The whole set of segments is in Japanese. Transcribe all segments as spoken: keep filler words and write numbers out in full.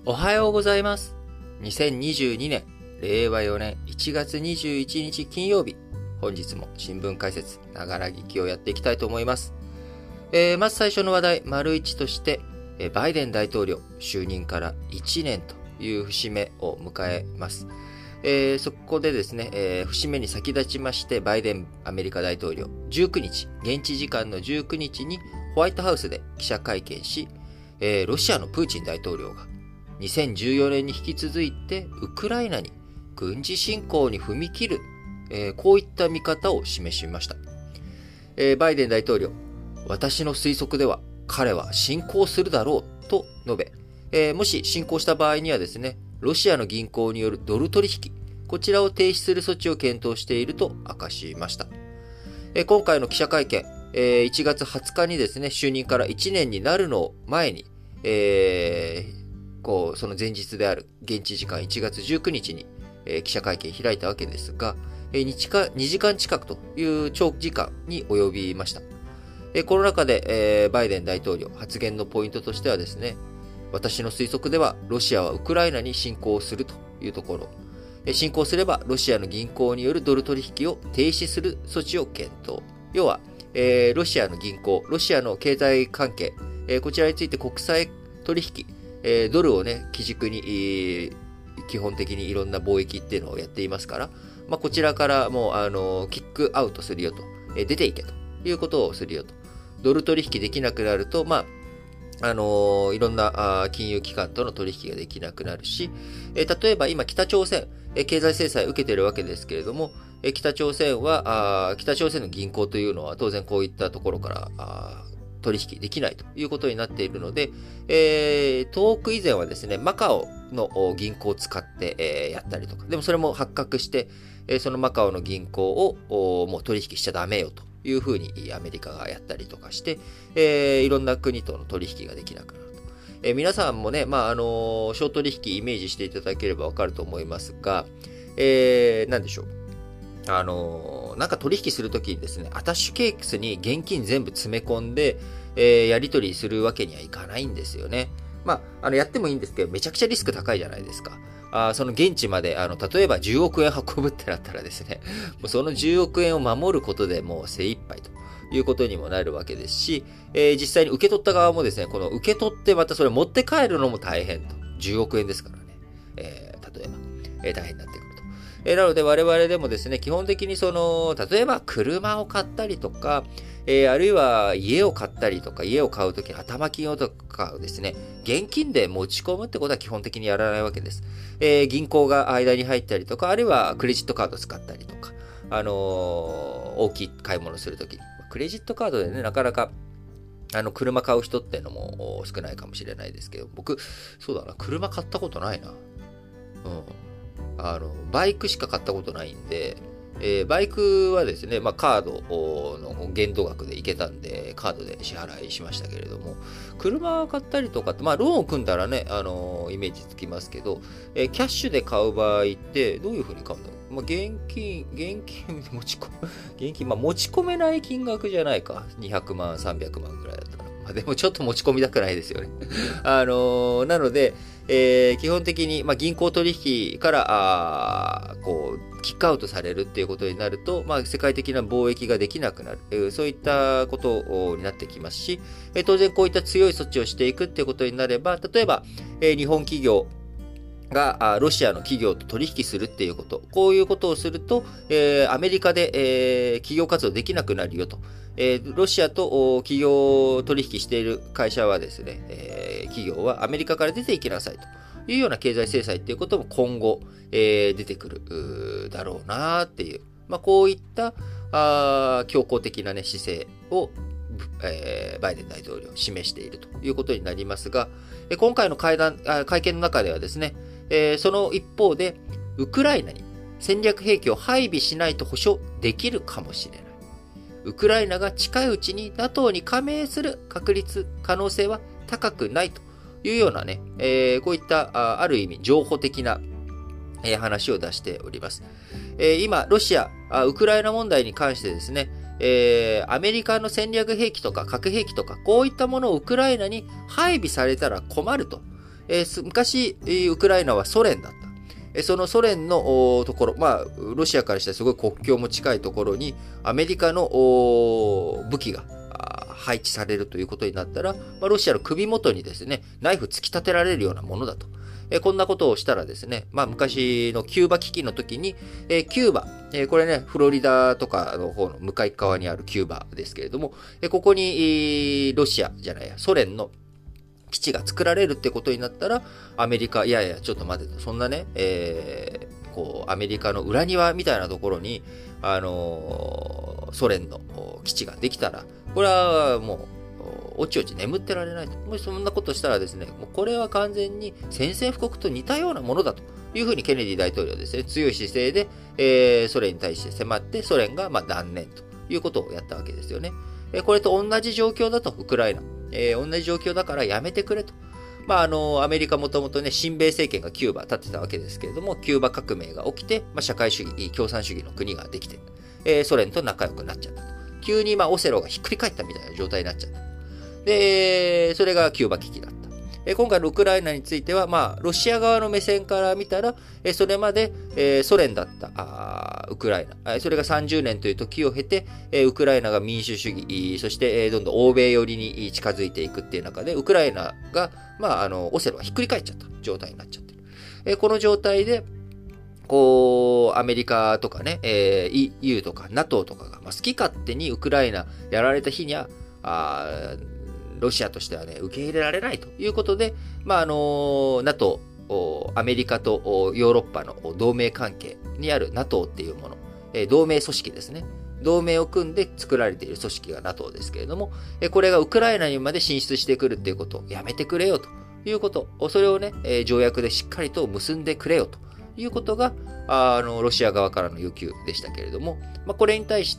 おはようございます。にせんにじゅうにねんれいわよねんいちがつにじゅういちにち金曜日、本日も新聞解説ながら聞きをやっていきたいと思います。えー、まず最初の話題、丸一として、えー、バイデン大統領就任からいちねんという節目を迎えます。えー、そこでですね、えー、節目に先立ちまして、バイデンアメリカ大統領じゅうくにち、現地時間のじゅうくにちにホワイトハウスで記者会見し、えー、ロシアのプーチン大統領がにせんじゅうよねんに引き続いてウクライナに軍事侵攻に踏み切る、えー、こういった見方を示しました。えー、バイデン大統領、私の推測では彼は侵攻するだろうと述べ、えー、もし侵攻した場合にはですね、ロシアの銀行によるドル取引、こちらを停止する措置を検討していると明かしました。えー、今回の記者会見、えー、いちがつはつかにですね、就任からいちねんになるのを前に、えーこうその前日である現地時間いちがつじゅうくにちに、えー、記者会見を開いたわけですが、えー、にじかん近くという長時間に及びました。えー、この中で、えー、バイデン大統領発言のポイントとしてはですね、私の推測ではロシアはウクライナに侵攻するというところ、えー、侵攻すればロシアの銀行によるドル取引を停止する措置を検討。要は、えー、ロシアの銀行、ロシアの経済関係、えー、こちらについて国際取引、えー、ドルをね、基軸に、えー、基本的にいろんな貿易っていうのをやっていますから、まあ、こちらからもう、あの、キックアウトするよと、えー、出ていけということをするよと。ドル取引できなくなると、まあ、あのー、いろんなあ金融機関との取引ができなくなるし、えー、例えば今北朝鮮、えー、経済制裁を受けているわけですけれども、えー、北朝鮮はあ、北朝鮮の銀行というのは当然こういったところからあ取引できないということになっているので、えー、遠く以前はですね、マカオの銀行を使って、えー、やったりとか、でもそれも発覚して、えー、そのマカオの銀行をもう取引しちゃダメよというふうにアメリカがやったりとかして、えー、いろんな国との取引ができなくなると。えー、皆さんもね、まあ、あのー、小取引イメージしていただければわかると思いますが、えー、なんでしょう。あのー、なんか取引するときにですね、アタッシュケースに現金全部詰め込んで、えー、やり取りするわけにはいかないんですよね。まあ、あの、やってもいいんですけど、めちゃくちゃリスク高いじゃないですか。あその現地まで、あの、例えばじゅうおくえん運ぶってなったらですね、もうそのじゅうおくえんを守ることでもう精一杯ということにもなるわけですし、えー、実際に受け取った側もですね、この受け取ってまたそれ持って帰るのも大変と。じゅうおくえんですからね。えー、例えば、えー、大変になってくる。えー、なので我々でもですね、基本的にその、例えば車を買ったりとか、えー、あるいは家を買ったりとか、家を買うときに頭金をとかをですね、現金で持ち込むってことは基本的にやらないわけです。えー、銀行が間に入ったりとか、あるいはクレジットカード使ったりとか、あのー、大きい買い物するときに、クレジットカードでね、なかなかあの、車買う人ってのも少ないかもしれないですけど、僕、そうだな、車買ったことないな。うん。あの、バイクしか買ったことないんで、えー、バイクはですね、まあ、カードの限度額でいけたんで、カードで支払いしましたけれども、車買ったりとかって、まあ、ローンを組んだらね、あのー、イメージつきますけど、えー、キャッシュで買う場合って、どういう風に買うんだろう。まあ、現金、現金持ち込む、現金、まあ、持ち込めない金額じゃないか。にひゃくまん、さんびゃくまんぐらいだったら。まあ、でもちょっと持ち込みたくないですよね。あのー、なので、えー、基本的に、まあ、銀行取引から、あこう、キックアウトされるっていうことになると、まあ、世界的な貿易ができなくなる、えー、そういったことになってきますし、えー、当然こういった強い措置をしていくっていうことになれば、例えば、えー、日本企業がロシアの企業と取引するっていうこと、こういうことをすると、えー、アメリカで、えー、企業活動できなくなるよと。えー、ロシアと企業取引している会社はですね、えー、企業はアメリカから出ていきなさいというような経済制裁っていうことも今後、えー、出てくるだろうなっていう、まあ、こういったあ強硬的な、ね、姿勢を、えー、バイデン大統領示しているということになりますが、今回の会談あ会見の中ではですね、えー、その一方でウクライナに戦略兵器を配備しないと保証できるかもしれない。ウクライナが近いうちに ナトー に加盟する確率、可能性は高くないというようなね、えー、こういったあ、ある意味情報的な、えー、話を出しております。えー、今、ロシアあ、ウクライナ問題に関してですね、えー、アメリカの戦略兵器とか核兵器とか、こういったものをウクライナに配備されたら困るとえー、昔、ウクライナはソ連だった。そのソ連のところ、まあ、ロシアからしたらすごい国境も近いところに、アメリカの武器が配置されるということになったら、まあ、ロシアの首元にですね、ナイフ突き立てられるようなものだと。えこんなことをしたらですね、まあ、昔のキューバ危機の時に、えキューバ、えこれね、フロリダとかの方の向かい側にあるキューバですけれども、えここに、ロシアじゃないや、ソ連の基地が作られるってことになったら、アメリカ、いやいや、ちょっと待てと、そんなね、えー、こう、アメリカの裏庭みたいなところに、あのー、ソ連の基地ができたら、これはもう、おちおち眠ってられないと。もしそんなことしたらですね、もうこれは完全に宣戦布告と似たようなものだというふうにケネディ大統領はですね、強い姿勢で、えー、ソ連に対して迫って、ソ連がまあ断念ということをやったわけですよね。えー、これと同じ状況だと、ウクライナ。えー、同じ状況だからやめてくれと。まあ、あの、アメリカもともとね、親米政権がキューバ立ってたわけですけれども、キューバ革命が起きて、まあ、社会主義、共産主義の国ができて、えー、ソ連と仲良くなっちゃったと。急に、まあ、オセロがひっくり返ったみたいな状態になっちゃった。で、それがキューバ危機だった。えー、今回のウクライナについては、まあ、ロシア側の目線から見たら、えー、それまで、えー、ソ連だったあウクライナ、それがさんじゅうねんという時を経て、えー、ウクライナが民主主義、そして、えー、どんどん欧米寄りに近づいていくっていう中で、ウクライナが、まあ、あの、オセロがひっくり返っちゃった状態になっちゃってる。えー、この状態で、こう、アメリカとかね、えー、イーユー とか NATO とかが、まあ、好き勝手にウクライナやられた日には、あロシアとしてはね、受け入れられないということで、まあ、あの、NATO、アメリカとヨーロッパの同盟関係にある NATO っていうもの、えー、同盟組織ですね。同盟を組んで作られている組織が NATO ですけれども、これがウクライナにまで進出してくるっていうことをやめてくれよということ、それをね、条約でしっかりと結んでくれよということが、あの、ロシア側からの要求でしたけれども、まあ、これに対して、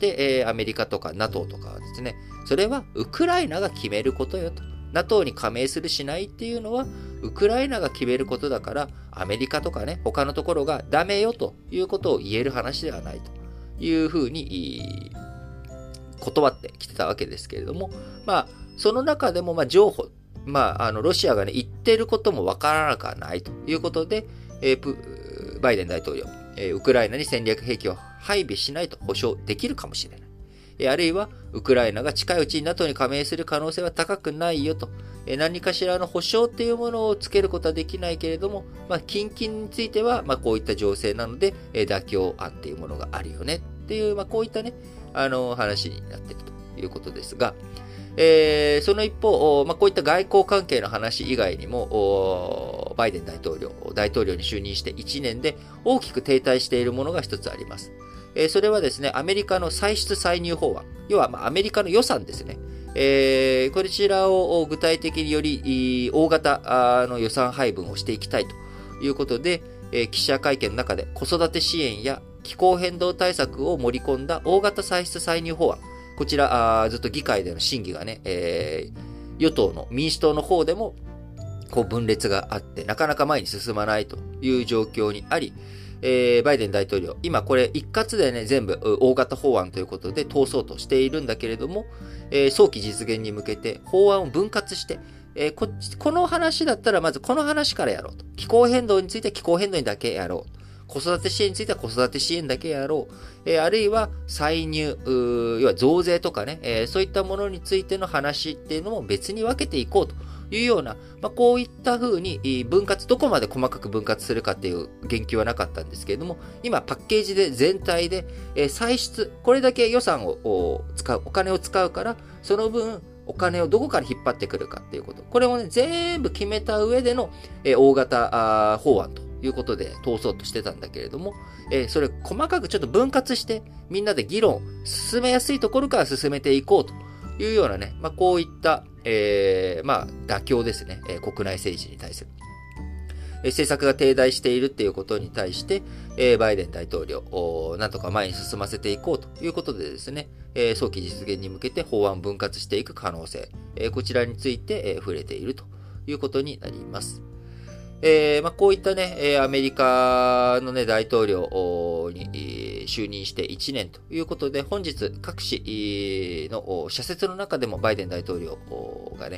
アメリカとか NATO とかはですね、それはウクライナが決めることよと。NATO に加盟するしないっていうのは、ウクライナが決めることだから、アメリカとかね、他のところがダメよということを言える話ではないというふうに、断ってきてたわけですけれども、まあ、その中でも、まあ、譲歩、まあ、あの、ロシアがね、言ってることもわからなくはないということで、えー、バイデン大統領、えー、ウクライナに戦略兵器を配備しないと保証できるかもしれない。あるいは、ウクライナが近いうちに NATO に加盟する可能性は高くないよと。何かしらの保証っていうものをつけることはできないけれども、まあ、近々については、まあ、こういった情勢なので、妥協案っていうものがあるよねっていう、まあ、こういったね、あの、話になっているということですが、えー、その一方、まあ、こういった外交関係の話以外にも、バイデン大統領、大統領に就任していちねんで大きく停滞しているものが一つあります。えー、それはですね、アメリカの歳出歳入法案。要は、まあ、アメリカの予算ですね。えー、こちらを具体的により大型の予算配分をしていきたいということで、えー、記者会見の中で子育て支援や気候変動対策を盛り込んだ大型歳出歳入法案。こちら、ずっと議会での審議がね、えー、与党の民主党の方でも、こう分裂があって、なかなか前に進まないという状況にあり、えー、バイデン大統領、今これ一括でね、全部大型法案ということで通そうとしているんだけれども、えー、早期実現に向けて法案を分割して、えー、こっち、この話だったらまずこの話からやろうと。気候変動については気候変動にだけやろう。子育て支援については子育て支援だけやろう。えー、あるいは歳入、要は増税とかね、えー、そういったものについての話っていうのも別に分けていこうというような、まあ、こういった風に分割、どこまで細かく分割するかっていう言及はなかったんですけれども、今パッケージで全体で、えー、歳出、これだけ予算を使う、お金を使うから、その分、お金をどこから引っ張ってくるかっていうこと。これをね、全部決めた上での、えー、大型法案ということで通そうとしてたんだけれども、えー、それ細かくちょっと分割して、みんなで議論、進めやすいところから進めていこうというようなね、まあ、こういった、えー、まあ、妥協ですね、えー、国内政治に対する。政策が停滞しているっていうことに対して、えー、バイデン大統領、なんとか前に進ませていこうということでですね、えー、早期実現に向けて法案を分割していく可能性、えー、こちらについて、えー、触れているということになります。えーまあ、こういったね、アメリカのね、大統領に就任していちねんということで、本日各紙の社説の中でもバイデン大統領がね、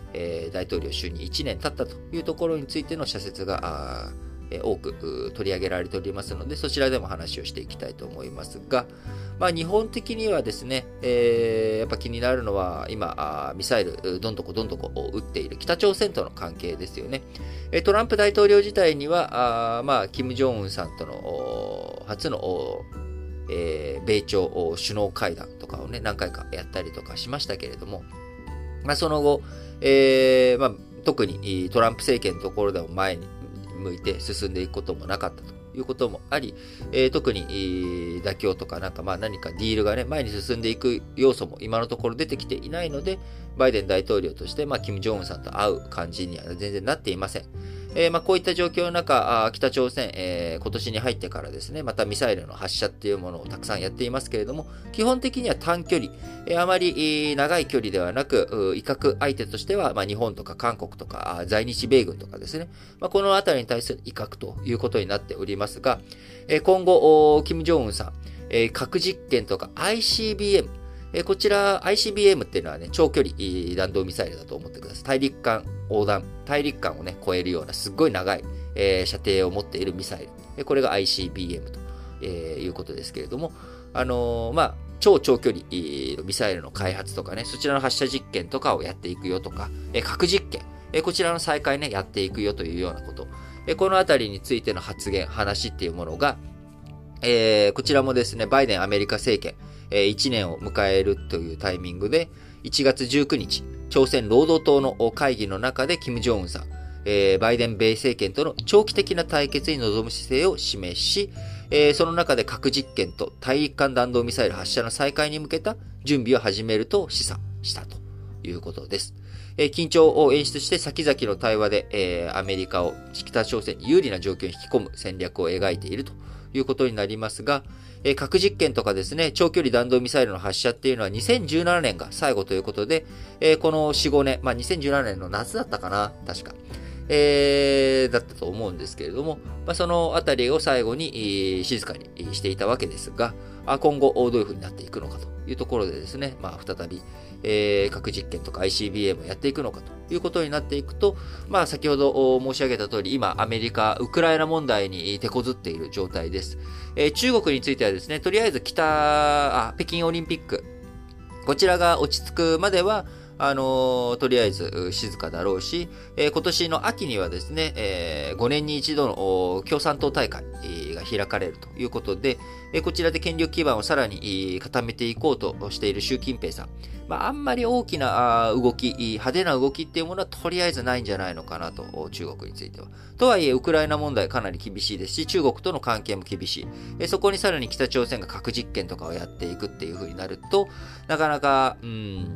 えー、大統領就任いちねん経ったというところについての社説が多く取り上げられておりますので、そちらでも話をしていきたいと思いますが、まあ、日本的にはですね、えー、やっぱ気になるのは今、ミサイルどんどこどんどこ撃っている北朝鮮との関係ですよね。トランプ大統領自体には、あまあ、キム・ジョンウンさんとの初のえー、米朝首脳会談とかをね、何回かやったりとかしましたけれども、まあ、その後、えーまあ、特にトランプ政権のところでも前に向いて進んでいくこともなかったということもあり、えー、特に妥協とかなんかまあ何かディールがね、前に進んでいく要素も今のところ出てきていないので、バイデン大統領として、まあ、キム・ジョンウンさんと会う感じには全然なっていません。えーまあ、こういった状況の中、北朝鮮、えー、今年に入ってからですね、またミサイルの発射っていうものをたくさんやっていますけれども、基本的には短距離、えー、あまり長い距離ではなく、威嚇相手としては、まあ、日本とか韓国とか在日米軍とかですね、まあ、このあたりに対する威嚇ということになっておりますが、えー、今後、キム・ジョンウンさん、えー、核実験とか アイシービーエム、えー、こちら アイシービーエム っていうのはね、長距離弾道ミサイルだと思ってください。大陸間横断、大陸間をね、超えるようなすっごい長い、えー、射程を持っているミサイル。これが アイシービーエム と、えー、いうことですけれども、あのー、まあ、超長距離のミサイルの開発とかね、そちらの発射実験とかをやっていくよとか、えー、核実験、えー、こちらの再開ね、やっていくよというようなこと。えー、このあたりについての発言、話っていうものが、えー、こちらもですね、バイデンアメリカ政権、えー、いちねんを迎えるというタイミングで、いちがつじゅうくにち、朝鮮労働党の会議の中でキム・ジョンウンさん、えー、バイデン米政権との長期的な対決に臨む姿勢を示し、えー、その中で核実験と大陸間弾道ミサイル発射の再開に向けた準備を始めると示唆したということです。えー、緊張を演出して先々の対話で、えー、アメリカを北朝鮮に有利な状況に引き込む戦略を描いているということになりますが、えー、核実験とかですね、長距離弾道ミサイルの発射っていうのはにせんじゅうななねんが最後ということで、えー、このよん、ごねん、まあにせんじゅうななねんの夏だったかな、確か。えー、だったと思うんですけれども、まあ、そのあたりを最後に、えー、静かにしていたわけですが、今後どういう風になっていくのかというところでですね、まあ、再び、えー、核実験とか アイシービーエム をやっていくのかということになっていくと、まあ、先ほど申し上げた通り、今、アメリカ、ウクライナ問題に手こずっている状態です。えー、中国についてはですね、とりあえず北、あ、北京オリンピック、こちらが落ち着くまでは、あのー、とりあえず静かだろうし、えー、今年の秋にはですね、えー、ごねんに一度の共産党大会が開かれるということで、えー、こちらで権力基盤をさらに固めていこうとしている習近平さん。まあ、あんまり大きな動き、派手な動きっていうものはとりあえずないんじゃないのかなと、中国については。とはいえ、ウクライナ問題かなり厳しいですし、中国との関係も厳しい。えそこにさらに北朝鮮が核実験とかをやっていくっていう風になると、なかなか、うん、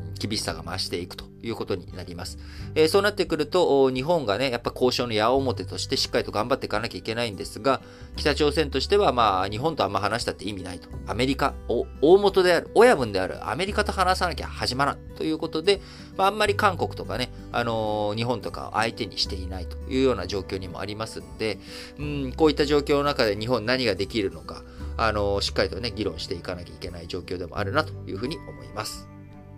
厳しさが増していくということになります。えー、そうなってくると、日本がね、やっぱ交渉の矢面としてしっかりと頑張っていかなきゃいけないんですが、北朝鮮としては、まあ、日本とあんま話したって意味ないと。アメリカ、大元である、親分であるアメリカと話さなきゃ始まらんということで、まあ、あんまり韓国とかね、あのー、日本とかを相手にしていないというような状況にもありますんで、うん、こういった状況の中で日本何ができるのか、あのー、しっかりとね、議論していかなきゃいけない状況でもあるなというふうに思います。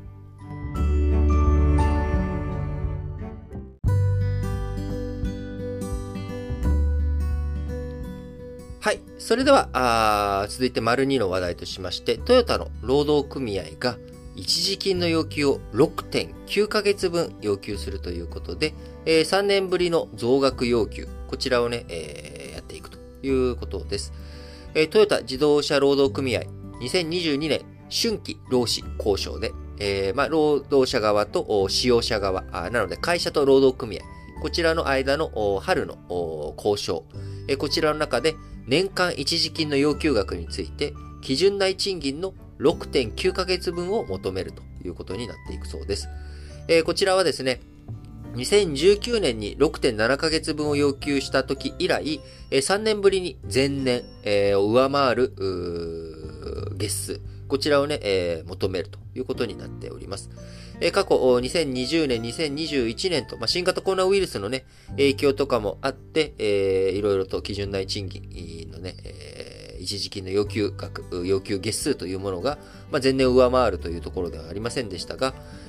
はい。それでは、あ続いて丸にの話題としまして、トヨタの労働組合が一時金の要求を ろくてんきゅうかげつぶん要求するということで、えー、さんねんぶりの増額要求、こちらをね、えー、やっていくということです。えー、トヨタ自動車労働組合、にせんにじゅうにねん春季労使交渉で、えーまあ、労働者側と使用者側、なので会社と労働組合、こちらの間の春の交渉、えー、こちらの中で年間一時金の要求額について、基準内賃金の ろくてんきゅうかげつぶんを求めるということになっていくそうです。えー、こちらはですね、にせんじゅうきゅうねんに ろくてんななかげつぶんを要求した時以来、えー、さんねんぶりに前年、えー、を上回る月数、こちらをね、えー、求めるということになっております。えー、過去にせんにじゅうねん、にせんにじゅういちねんと、まあ、新型コロナウイルスのね、影響とかもあって、えー、いろいろと基準内賃金のね、えー、一時金の要求額、要求月数というものが、まあ、前年を上回るというところではありませんでしたが、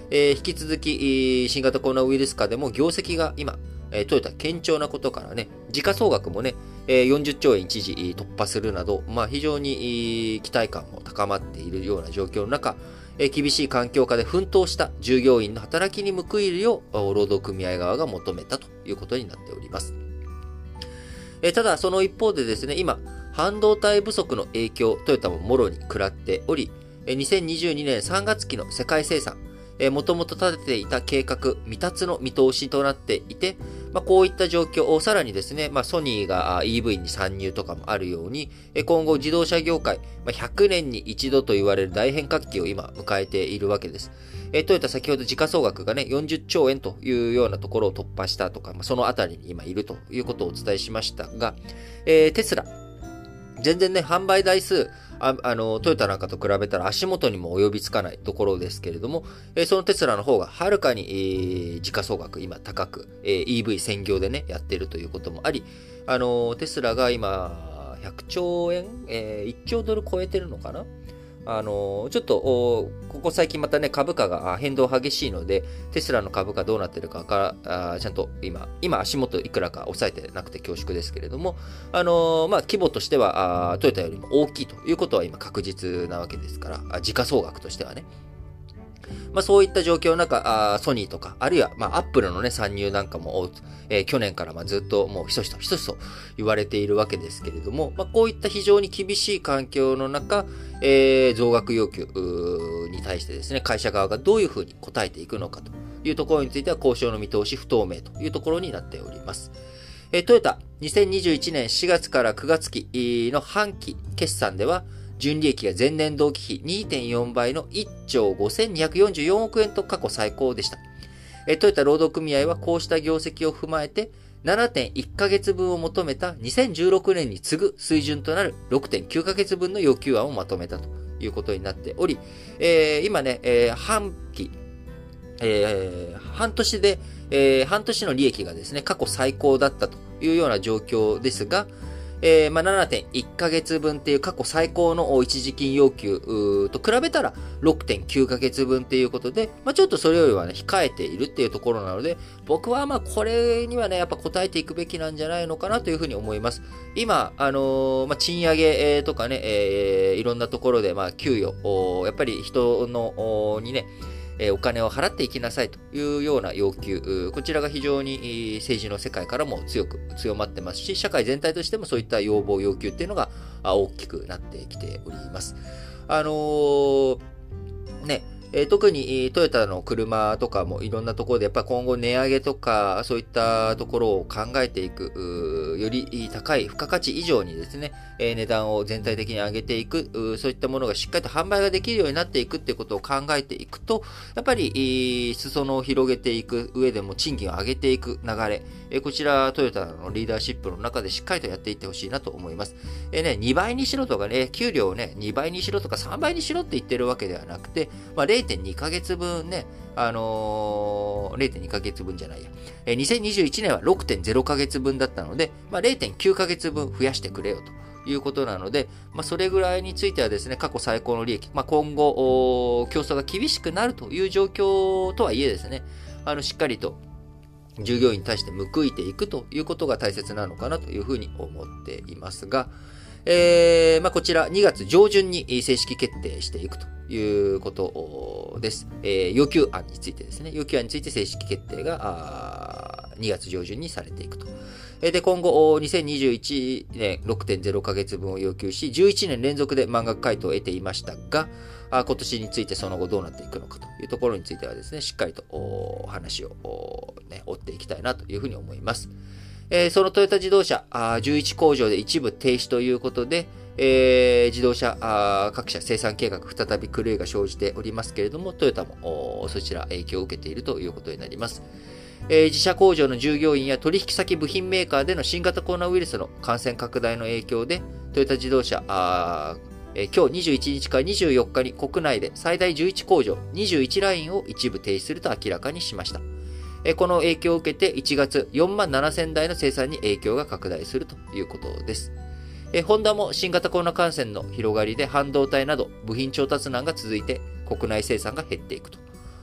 えー、引き続き、新型コロナウイルス禍でも業績が今、えー、トヨタ堅調なことからね、時価総額もね、えー、よんじゅっちょうえん一時突破するなど、まあ、非常に期待感も高まっているような状況の中、えー、厳しい環境下で奮闘した従業員の働きに報いるよう、労働組合側が求めたということになっております。えー、ただ、その一方でですね、今、半導体不足の影響、トヨタももろに食らっており、にせんにじゅうにねんさんがつきの世界生産、もともと立てていた計画、未達の見通しとなっていて、まあ、こういった状況をさらにですね、まあ、ソニーが イーブイ に参入とかもあるように、今後自動車業界、まあ、ひゃくねんに一度と言われる大変革期を今迎えているわけです。トヨタ先ほど時価総額がね、よんじゅっちょうえんというようなところを突破したとか、まあ、そのあたりに今いるということをお伝えしましたが、えー、テスラ、全然ね、販売台数、ああの、トヨタなんかと比べたら足元にも及びつかないところですけれども、えー、そのテスラの方がはるかに、えー、時価総額今高く、えー、イーブイ 専業でね、やっているということもあり、あの、テスラが今、ひゃくちょうえん、えー、いっちょうドル超えてるのかな。あの、ちょっと、ここ最近またね、株価が変動激しいので、テスラの株価どうなってるかから、あちゃんと今、今足元いくらか抑えてなくて恐縮ですけれども、あの、まあ、規模としてはあ、トヨタよりも大きいということは今確実なわけですから、時価総額としてはね。まあ、そういった状況の中、あソニーとか、あるいは、まあ、アップルのね、参入なんかも、えー、去年からまあずっともうひそひそひそひそ言われているわけですけれども、まあ、こういった非常に厳しい環境の中、えー、増額要求に対してですね、会社側がどういうふうに応えていくのかというところについては、交渉の見通し不透明というところになっております。えー、トヨタ、にせんにじゅういちねんしがつからくがつ期の半期決算では、純利益が前年同期比 にてんよん 倍のいっちょうごせんにひゃくよんじゅうよんおくえんと過去最高でした。トヨタ労働組合はこうした業績を踏まえて ななてんいっかげつぶんを求めたにせんじゅうろくねんに次ぐ水準となる ろくてんきゅうかげつぶんの要求案をまとめたということになっており、えー、今ね、えー、半期、えー、半年で、えー、半年の利益がですね、過去最高だったというような状況ですが、えー、まあ、ななてんいっかげつぶんっていう過去最高の一時金要求と比べたら ろくてんきゅうかげつぶんっていうことで、まあ、ちょっとそれよりはね、控えているっていうところなので、僕はまあ、これにはね、やっぱ応えていくべきなんじゃないのかなというふうに思います。今、あのー、まあ、賃上げとかね、えー、いろんなところで、まあ、給与、やっぱり人の、にね、お金を払っていきなさいというような要求、こちらが非常に政治の世界からも強く強まってますし、社会全体としてもそういった要望、要求っていうのが大きくなってきております。あのー、ね、えー、特にトヨタの車とかもいろんなところでやっぱり今後値上げとかそういったところを考えていく、より高い付加価値以上にですね、えー、値段を全体的に上げていく、そういったものがしっかりと販売ができるようになっていくっていうことを考えていくと、やっぱり裾野を広げていく上でも賃金を上げていく流れ、えー、こちらトヨタのリーダーシップの中でしっかりとやっていってほしいなと思います。えーね、にばいにしろとかね、給料をね、にばいにしろとかさんばいにしろって言ってるわけではなくて、まあ、れいてんにかげつぶんね、あのー、れいてんにかげつぶんじゃないや。えー、にせんにじゅういちねんは ろくてんゼロかげつぶんだったので、まあ、れいてんきゅうかげつぶん増やしてくれよということなので、まあ、それぐらいについてはですね、過去最高の利益、まあ、今後、競争が厳しくなるという状況とはいえですね、あの、しっかりと従業員に対して報いていくということが大切なのかなというふうに思っていますが、えー、まあ、こちらにがつ上旬に正式決定していくということです。えー、要求案についてですね、要求案について正式決定がにがつ上旬にされていくと。で、今後、にせんにじゅういちねん ろくてんゼロかげつぶんを要求し、じゅういちねん連続で満額回答を得ていましたが、今年についてその後どうなっていくのかというところについてはですね、しっかりとお話を、ね、追っていきたいなというふうに思います。えー、そのトヨタ自動車、じゅういちこうじょうで一部停止ということで、えー、自動車各社生産計画再び狂いが生じておりますけれども、トヨタもそちら影響を受けているということになります。えー、自社工場の従業員や取引先部品メーカーでの新型コロナウイルスの感染拡大の影響で、トヨタ自動車、えー、今日にじゅういちにちからにじゅうよっかに国内で最大じゅういちこうじょう、にじゅういちラインを一部停止すると明らかにしました。この影響を受けていちがつよんまんななせんだいの生産に影響が拡大するということです。ホンダも新型コロナ感染の広がりで半導体など部品調達難が続いて国内生産が減っていくと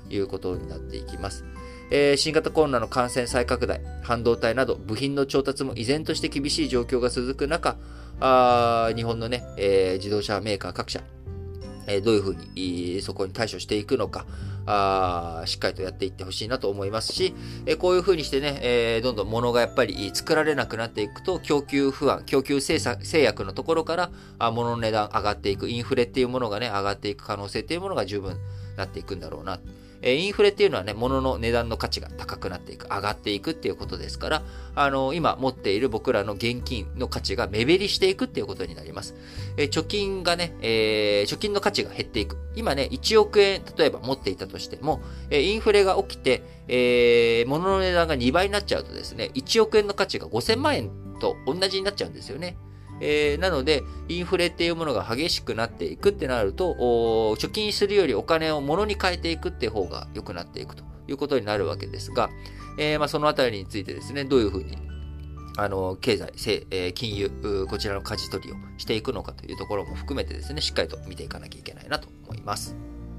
いうことになっていきます。えー、新型コロナの感染再拡大、半導体など部品の調達も依然として厳しい状況が続く中、あ日本のね、えー、自動車メーカー各社、えー、どういうふうにそこに対処していくのか、あしっかりとやっていってほしいなと思いますし、えー、こういうふうにしてね、えー、どんどん物がやっぱり作られなくなっていくと、供給不安、供給制約のところから、あ物の値段上がっていく、インフレっていうものがね、上がっていく可能性っていうものが十分なっていくんだろうな。インフレっていうのはね、物の値段の価値が高くなっていく、上がっていくっていうことですから、あの、今持っている僕らの現金の価値が目減りしていくっていうことになります。え貯金がね、えー、貯金の価値が減っていく。今ね、いちおくえん、例えば持っていたとしても、えインフレが起きて、えー、物の値段がにばいになっちゃうとですね、いちおくえんの価値がごせんまんえんと同じになっちゃうんですよね。えー、なので、インフレっていうものが激しくなっていくってなると、貯金するよりお金を物に変えていくっていう方が良くなっていくということになるわけですが、えー、まあそのあたりについてですね、どういうふうに、あの、経済、えー、金融、こちらの舵取りをしていくのかというところも含めてですね、しっかりと見ていかなきゃいけないなと思います。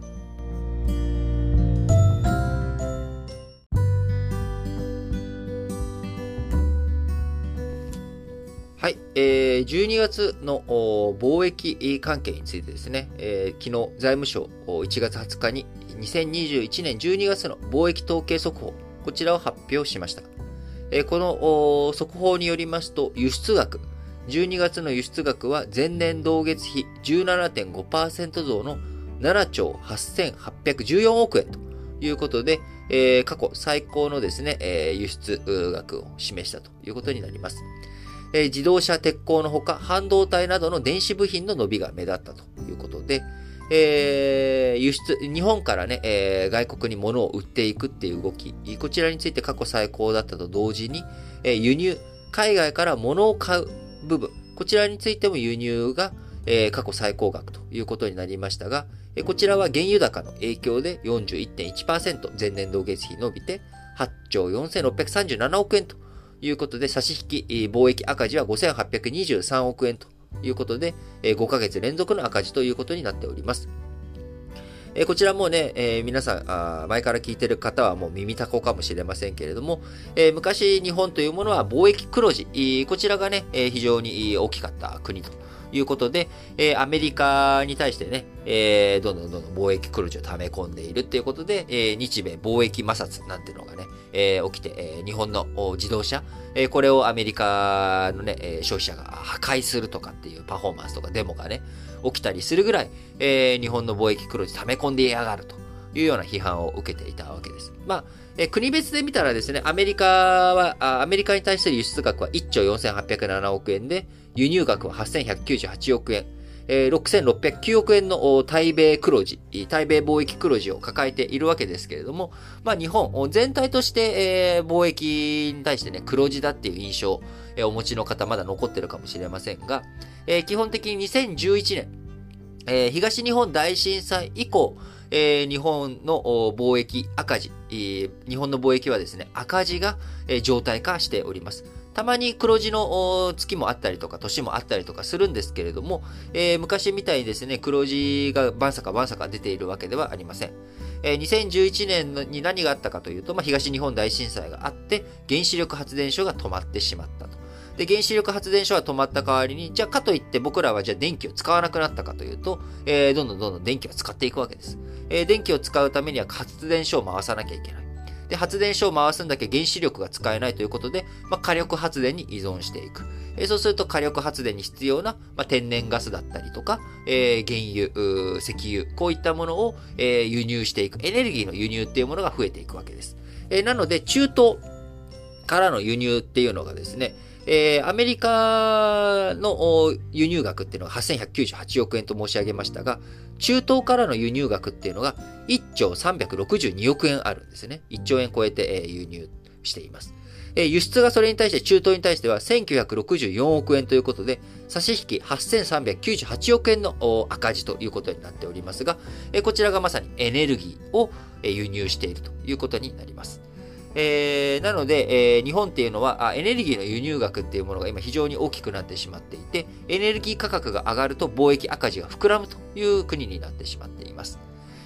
はい、えー、じゅうにがつの貿易関係についてですね、えー、昨日財務省いちがつはつかににせんにじゅういちねんじゅうにがつの貿易統計速報、こちらを発表しました。えー、この速報によりますと、輸出額、じゅうにがつの輸出額は前年同月比 じゅうななてんごパーセント 増のななちょうはっせんはっぴゃくじゅうよんおくえんということで、えー、過去最高のですね、えー、輸出額を示したということになります。えー、自動車、鉄鋼のほか、半導体などの電子部品の伸びが目立ったということで、えー、輸出、日本からね、えー、外国に物を売っていくっていう動き、こちらについて過去最高だったと同時に、えー、輸入、海外から物を買う部分、こちらについても輸入が、えー、過去最高額ということになりましたが、えー、こちらは原油高の影響で よんじゅういってんいちパーセント 前年同月比伸びてはちちょうよんせんろっぴゃくさんじゅうななおくえんということで、差し引き貿易赤字はごせんはっぴゃくにじゅうさんおくえんということで、ごかげつ連続の赤字ということになっております。こちらもね、えー、皆さんあ、前から聞いてる方はもう耳たこかもしれませんけれども、えー、昔日本というものは貿易黒字、こちらがね、非常に大きかった国ということで、えー、アメリカに対してね、えー、どんどんどんどん貿易黒字を溜め込んでいるっていうことで、えー、日米貿易摩擦なんていうのがね、えー、起きて、えー、日本の自動車、えー、これをアメリカのね、えー、消費者が破壊するとかっていうパフォーマンスとかデモがね、起きたりするぐらい、えー、日本の貿易黒字溜め込んでいやがるというような批判を受けていたわけです。まあ、えー、国別で見たらですね、アメリカは、あアメリカに対する輸出額はいっちょうよんせんはっぴゃくななおくえんで、輸入額ははっせんひゃくきゅうじゅうはちおくえん、えー、ろくせんろっぴゃくきゅうおくえんの対米黒字、対米貿易黒字を抱えているわけですけれども、まあ日本全体として、えー、貿易に対してね、黒字だっていう印象、えー、お持ちの方まだ残ってるかもしれませんが、えー、基本的ににせんじゅういちねん、えー、東日本大震災以降、えー、日本の貿易赤字、えー、日本の貿易はですね、赤字が、えー、状態化しております。たまに黒字の月もあったりとか、年もあったりとかするんですけれども、えー、昔みたいにですね、黒字が晩坂晩坂出ているわけではありません。えー、にせんじゅういちねんに何があったかというと、まあ、東日本大震災があって、原子力発電所が止まってしまったと。で、原子力発電所が止まった代わりに、じゃあかといって僕らはじゃあ電気を使わなくなったかというと、えー、どんどんどんどん電気を使っていくわけです。えー、電気を使うためには発電所を回さなきゃいけない。で、発電所を回すんだけ原子力が使えないということで、まあ、火力発電に依存していく。えー、そうすると火力発電に必要な、まあ、天然ガスだったりとか、えー、原油、石油、こういったものを、えー、輸入していく。エネルギーの輸入っていうものが増えていくわけです。えー、なので、中東からの輸入っていうのがですね、えー、アメリカの輸入額っていうのがはっせんひゃくきゅうじゅうはちおくえんと申し上げましたが、中東からの輸入額っていうのがいっちょうさんびゃくろくじゅうにおくえんあるんですね。いっちょうえん超えて輸入しています。輸出がそれに対して中東に対してはせんきゅうひゃくろくじゅうよんおくえんということで、差し引きはっせんさんびゃくきゅうじゅうはちおくえんの赤字ということになっておりますが、こちらがまさにエネルギーを輸入しているということになります。えー、なので、えー、日本っていうのはエネルギーの輸入額っていうものが今非常に大きくなってしまっていて、エネルギー価格が上がると貿易赤字が膨らむという国になってしまっています。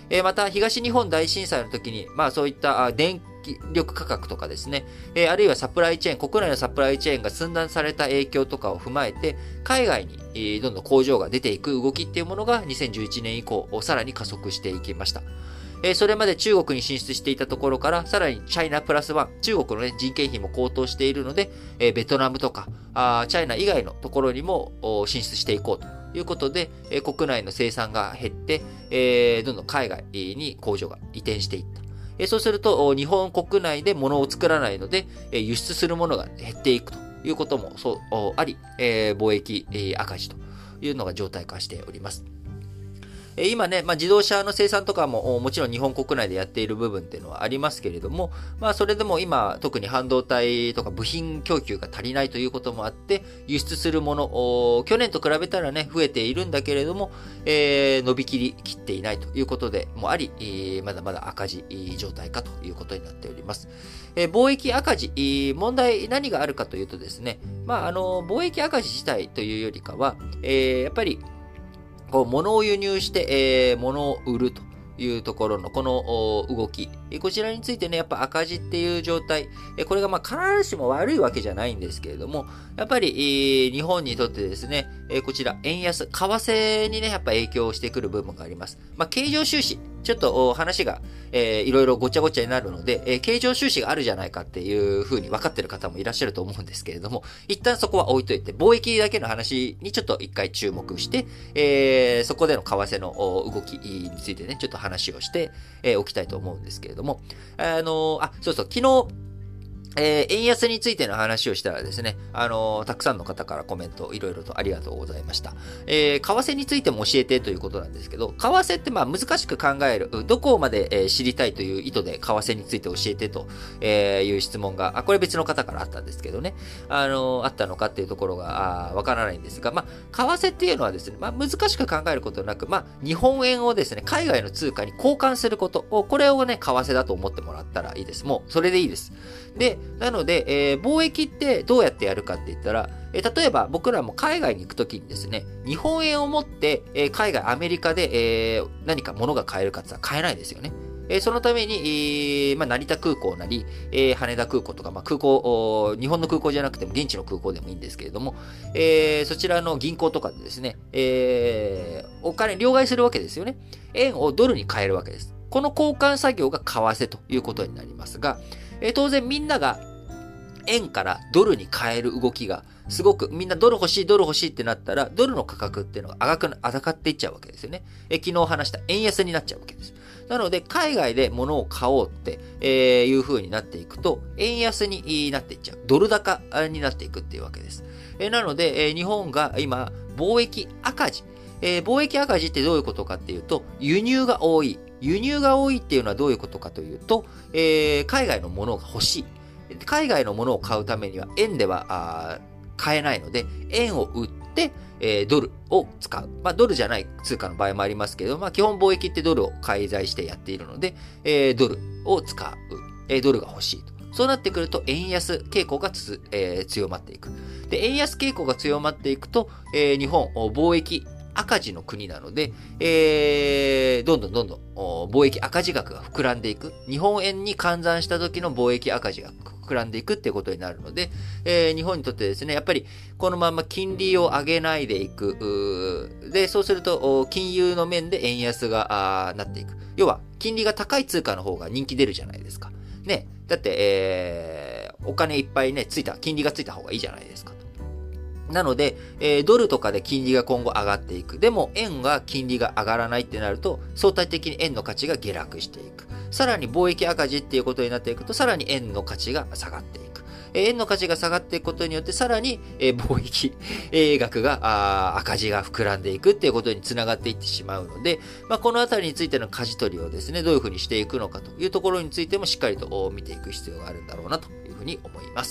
えー、また、東日本大震災の時に、まあそういったあ電気力価格とかですね、えー、あるいはサプライチェーン、国内のサプライチェーンが寸断された影響とかを踏まえて、海外に、えー、どんどん工場が出ていく動きっていうものがにせんじゅういちねん以降、さらに加速していきました。えー、それまで中国に進出していたところから、さらにチャイナプラスワン、中国の、ね、人件費も高騰しているので、えー、ベトナムとかあ、チャイナ以外のところにも進出していこうということで、えー、国内の生産が減って、えー、どんどん海外に工場が移転していった。えー、そうすると、日本国内で物を作らないので、えー、輸出するものが減っていくということもそうあり、えー、貿易、えー、赤字というのが常態化しております。今ね、まあ、自動車の生産とかももちろん日本国内でやっている部分っていうのはありますけれども、まあそれでも今特に半導体とか部品供給が足りないということもあって輸出するもの、去年と比べたらね増えているんだけれども、えー、伸びきりきっていないということでもあり、えー、まだまだ赤字状態かということになっております。えー、貿易赤字、問題何があるかというとですね、まああの貿易赤字自体というよりかは、えー、やっぱりこう物を輸入して、えー、物を売るというところのこの動き。こちらについてね、やっぱ赤字っていう状態。これがまあ必ずしも悪いわけじゃないんですけれども、やっぱり日本にとってですね、こちら円安、為替にね、やっぱ影響してくる部分があります。まあ経常収支。ちょっと話が、えー、いろいろごちゃごちゃになるので、えー、経常収支があるじゃないかっていう風に分かってる方もいらっしゃると思うんですけれども、一旦そこは置いといて、貿易だけの話にちょっと一回注目して、えー、そこでの為替の動きについてね、ちょっと話をして、えー、おきたいと思うんですけれども、あのー、あ、そうそう、昨日、えー、円安についての話をしたらですね、あのー、たくさんの方からコメントいろいろとありがとうございました。えー、為替についても教えてということなんですけど、為替ってまあ難しく考える、どこまで、えー、知りたいという意図で為替について教えてという質問が、あ、これ別の方からあったんですけどね、あのー、あったのかっていうところがわからないんですが、まあ、為替っていうのはですね、まあ難しく考えることなく、まあ日本円をですね、海外の通貨に交換することを、これをね、為替だと思ってもらったらいいです。もう、それでいいです。で、なので、えー、貿易ってどうやってやるかって言ったら、えー、例えば僕らも海外に行くときにですね、日本円を持って、えー、海外、アメリカで、えー、何か物が買えるかって言ったら買えないですよね。えー、そのために、えーまあ、成田空港なり、えー、羽田空港とか、まあ、空港、日本の空港じゃなくても現地の空港でもいいんですけれども、えー、そちらの銀行とかでですね、えー、お金両替するわけですよね。円をドルに変えるわけです。この交換作業が為替ということになりますが、えー、当然みんなが円からドルに変える動きがすごくみんなドル欲しいドル欲しいってなったらドルの価格っていうのが上がく上がっていっちゃうわけですよね。え昨日話した円安になっちゃうわけです。なので海外で物を買おうって、えー、いう風になっていくと円安になっていっちゃう。ドル高になっていくっていうわけです。えー、なので、えー、日本が今貿易赤字、えー、貿易赤字ってどういうことかっていうと輸入が多い。輸入が多いっていうのはどういうことかというと、えー、海外のものが欲しい。海外のものを買うためには円では買えないので、円を売って、えー、ドルを使う。まあ、ドルじゃない通貨の場合もありますけど、まあ、基本貿易ってドルを介在してやっているので、えー、ドルを使う。えー、ドルが欲しいと。そうなってくると、円安傾向がつ、えー、強まっていく。で、円安傾向が強まっていくと、えー、日本、貿易、赤字の国なので、えー、どんどんどんどん貿易赤字額が膨らんでいく。日本円に換算した時の貿易赤字が膨らんでいくっていうことになるので、えー、日本にとってですね、やっぱりこのまま金利を上げないでいく。で、そうすると金融の面で円安がなっていく。要は、金利が高い通貨の方が人気出るじゃないですか。ね。だって、えー、お金いっぱいね、ついた、金利がついた方がいいじゃないですか。なので、えー、ドルとかで金利が今後上がっていく。でも、円が金利が上がらないってなると、相対的に円の価値が下落していく。さらに貿易赤字っていうことになっていくと、さらに円の価値が下がっていく。えー、円の価値が下がっていくことによって、さらに、えー、貿易、えー、額があ赤字が膨らんでいくっていうことにつながっていってしまうので、まあ、このあたりについての舵取りをですね、どういうふうにしていくのかというところについてもしっかりと見ていく必要があるんだろうなというふうに思います。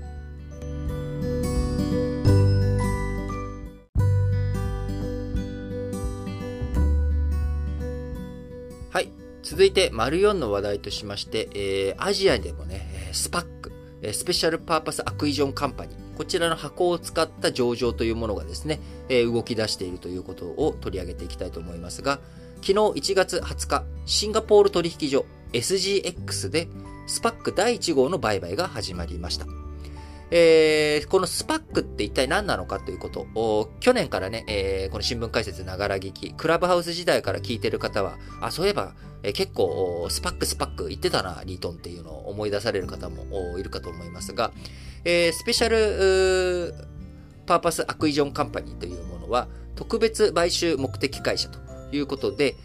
はい。続いて、丸よんの話題としまして、えー、アジアでもね、スパック、スペシャルパーパスアクイジョンカンパニー、こちらの箱を使った上場というものがですね、えー、動き出しているということを取り上げていきたいと思いますが、 昨日いちがつはつか、シンガポール取引所 エスジーエックス でスパックだいいち号の売買が始まりました。えー、このスパックって一体何なのかということを、去年からね、えー、この新聞解説ながら聞き、クラブハウス時代から聞いてる方は、あ、そういえば、えー、結構、スパックスパック言ってたな、リートンっていうのを思い出される方もいるかと思いますが、えー、スペシャルパーパスアクイジョンカンパニーというものは、特別買収目的会社ということで、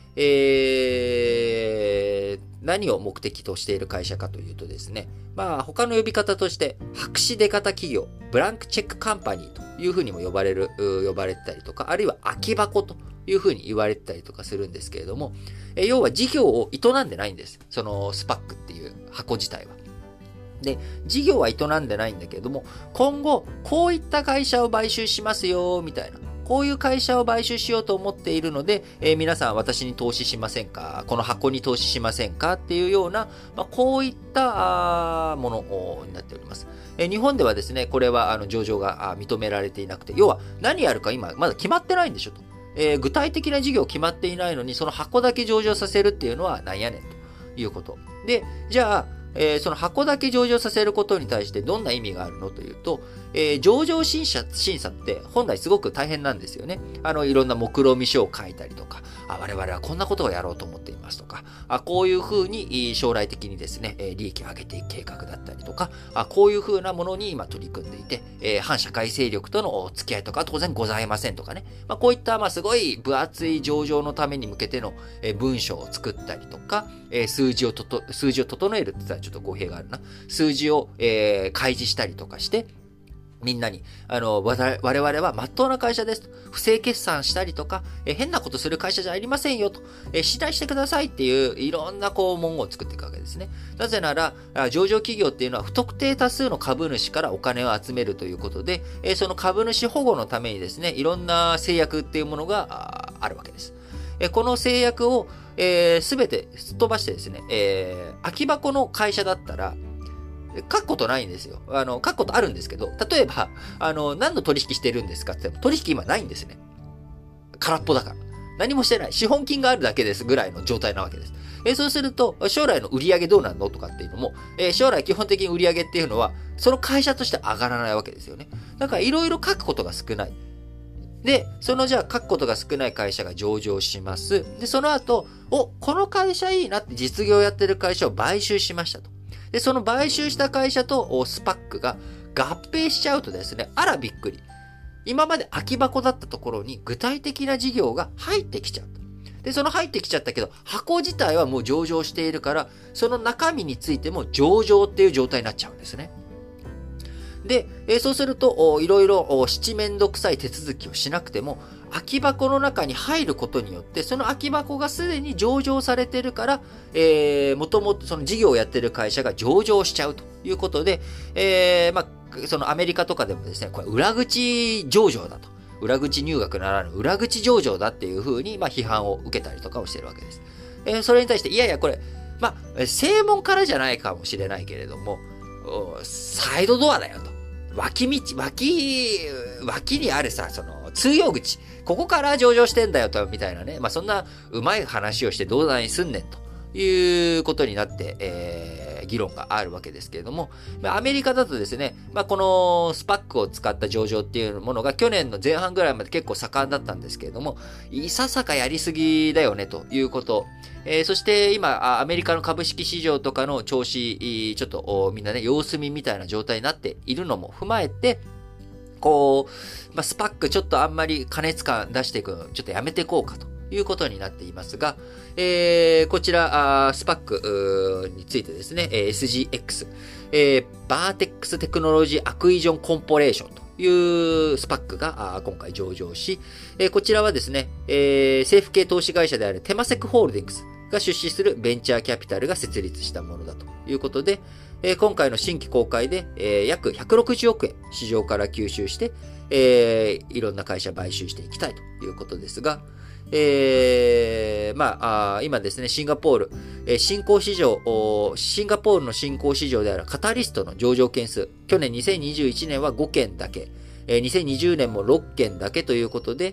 えー、何を目的としている会社かというとですね、まあ他の呼び方として白紙出方企業、ブランクチェックカンパニーというふうにも呼ばれる、呼ばれてたりとか、あるいは空き箱というふうに言われてたりとかするんですけれども、え要は事業を営んでないんです。そのスパックっていう箱自体は。で、事業は営んでないんだけれども、今後こういった会社を買収しますよ、みたいな。こういう会社を買収しようと思っているので、えー、皆さん私に投資しませんか？この箱に投資しませんか？っていうような、まあ、こういったものになっております。えー、日本ではですね、これはあの上場が認められていなくて、要は何やるか今まだ決まってないんでしょと。えー、具体的な事業決まっていないのに、その箱だけ上場させるっていうのはなんやねんということ。で、じゃあ、えー、その箱だけ上場させることに対してどんな意味があるのというと、えー、上場審査、審査って本来すごく大変なんですよね。あの、いろんな目論見書を書いたりとか、あ、我々はこんなことをやろうと思っていますとか、あ、こういうふうに将来的にですね、利益を上げていく計画だったりとか、あ、こういうふうなものに今取り組んでいて、えー、反社会勢力との付き合いとか当然ございませんとかね。まあ、こういった、まあ、すごい分厚い上場のために向けての文章を作ったりとか、えー、数字をとと、数字を整えるって言ったらちょっと語弊があるな。数字を、えー、開示したりとかして、みんなに、あの、我々は真っ当な会社ですと。不正決算したりとか、え変なことする会社じゃありませんよと。え信頼してくださいっていう、いろんなこう文言を作っていくわけですね。なぜなら、上場企業っていうのは不特定多数の株主からお金を集めるということで、えその株主保護のためにですね、いろんな制約っていうものがあるわけです。えこの制約を、す、えー、べてすっ飛ばしてですね、えー、空き箱の会社だったら、書くことないんですよ。あの、書くことあるんですけど、例えば、あの、何の取引してるんですかって言っても、取引今ないんですね。空っぽだから。何もしてない。資本金があるだけですぐらいの状態なわけです。えー、そうすると、将来の売り上げどうなるのとかっていうのも、えー、将来基本的に売り上げっていうのは、その会社として上がらないわけですよね。だから、いろいろ書くことが少ない。で、そのじゃあ書くことが少ない会社が上場します。で、その後、お、この会社いいなって実業やってる会社を買収しましたと。で、その買収した会社とスパックが合併しちゃうとですね、あらびっくり。今まで空き箱だったところに具体的な事業が入ってきちゃう。で、その入ってきちゃったけど、箱自体はもう上場しているから、その中身についても上場っていう状態になっちゃうんですね。で、えー、そうすると、いろいろ七面倒くさい手続きをしなくても、空き箱の中に入ることによって、その空き箱がすでに上場されてるから、えー、もともとその事業をやってる会社が上場しちゃうということで、えー、まあ、そのアメリカとかでもですね、これ裏口上場だと。裏口入学ならぬ裏口上場だっていうふうに、まあ、批判を受けたりとかをしてるわけです。えー、それに対して、いやいや、これ、まあ、正門からじゃないかもしれないけれども、サイドドアだよと。脇道、脇、脇にあるさ、その、通用口。ここから上場してんだよと、みたいなね。まあ、そんな、うまい話をしてどうだにすんねんということになって、えー、議論があるわけですけれども、まあ、アメリカだとですね、まあ、このスパックを使った上場っていうものが去年の前半ぐらいまで結構盛んだったんですけれども、いささかやりすぎだよねということ。えー、そして今、アメリカの株式市場とかの調子、ちょっとみんなね、様子見みたいな状態になっているのも踏まえて、こう、まあ、スパックちょっとあんまり加熱感出していくのちょっとやめていこうかということになっていますが、えー、こちら、スパックについてですね、エスジーエックス、えー、バーテックステクノロジーアクイジョンコンポレーションというスパックが今回上場し、こちらはですね、政府系投資会社であるテマセクホールディングスが出資するベンチャーキャピタルが設立したものだということで、今回の新規公開で約ひゃくろくじゅうおくえん市場から吸収して、いろんな会社買収していきたいということですが、えー、まあ、あ今ですね、シンガポール、えー、新興市場、シンガポールの新興市場であるカタリストの上場件数、去年にせんにじゅういちねんはごけんだけ、えー、にせんにじゅうねんもろっけんだけということで、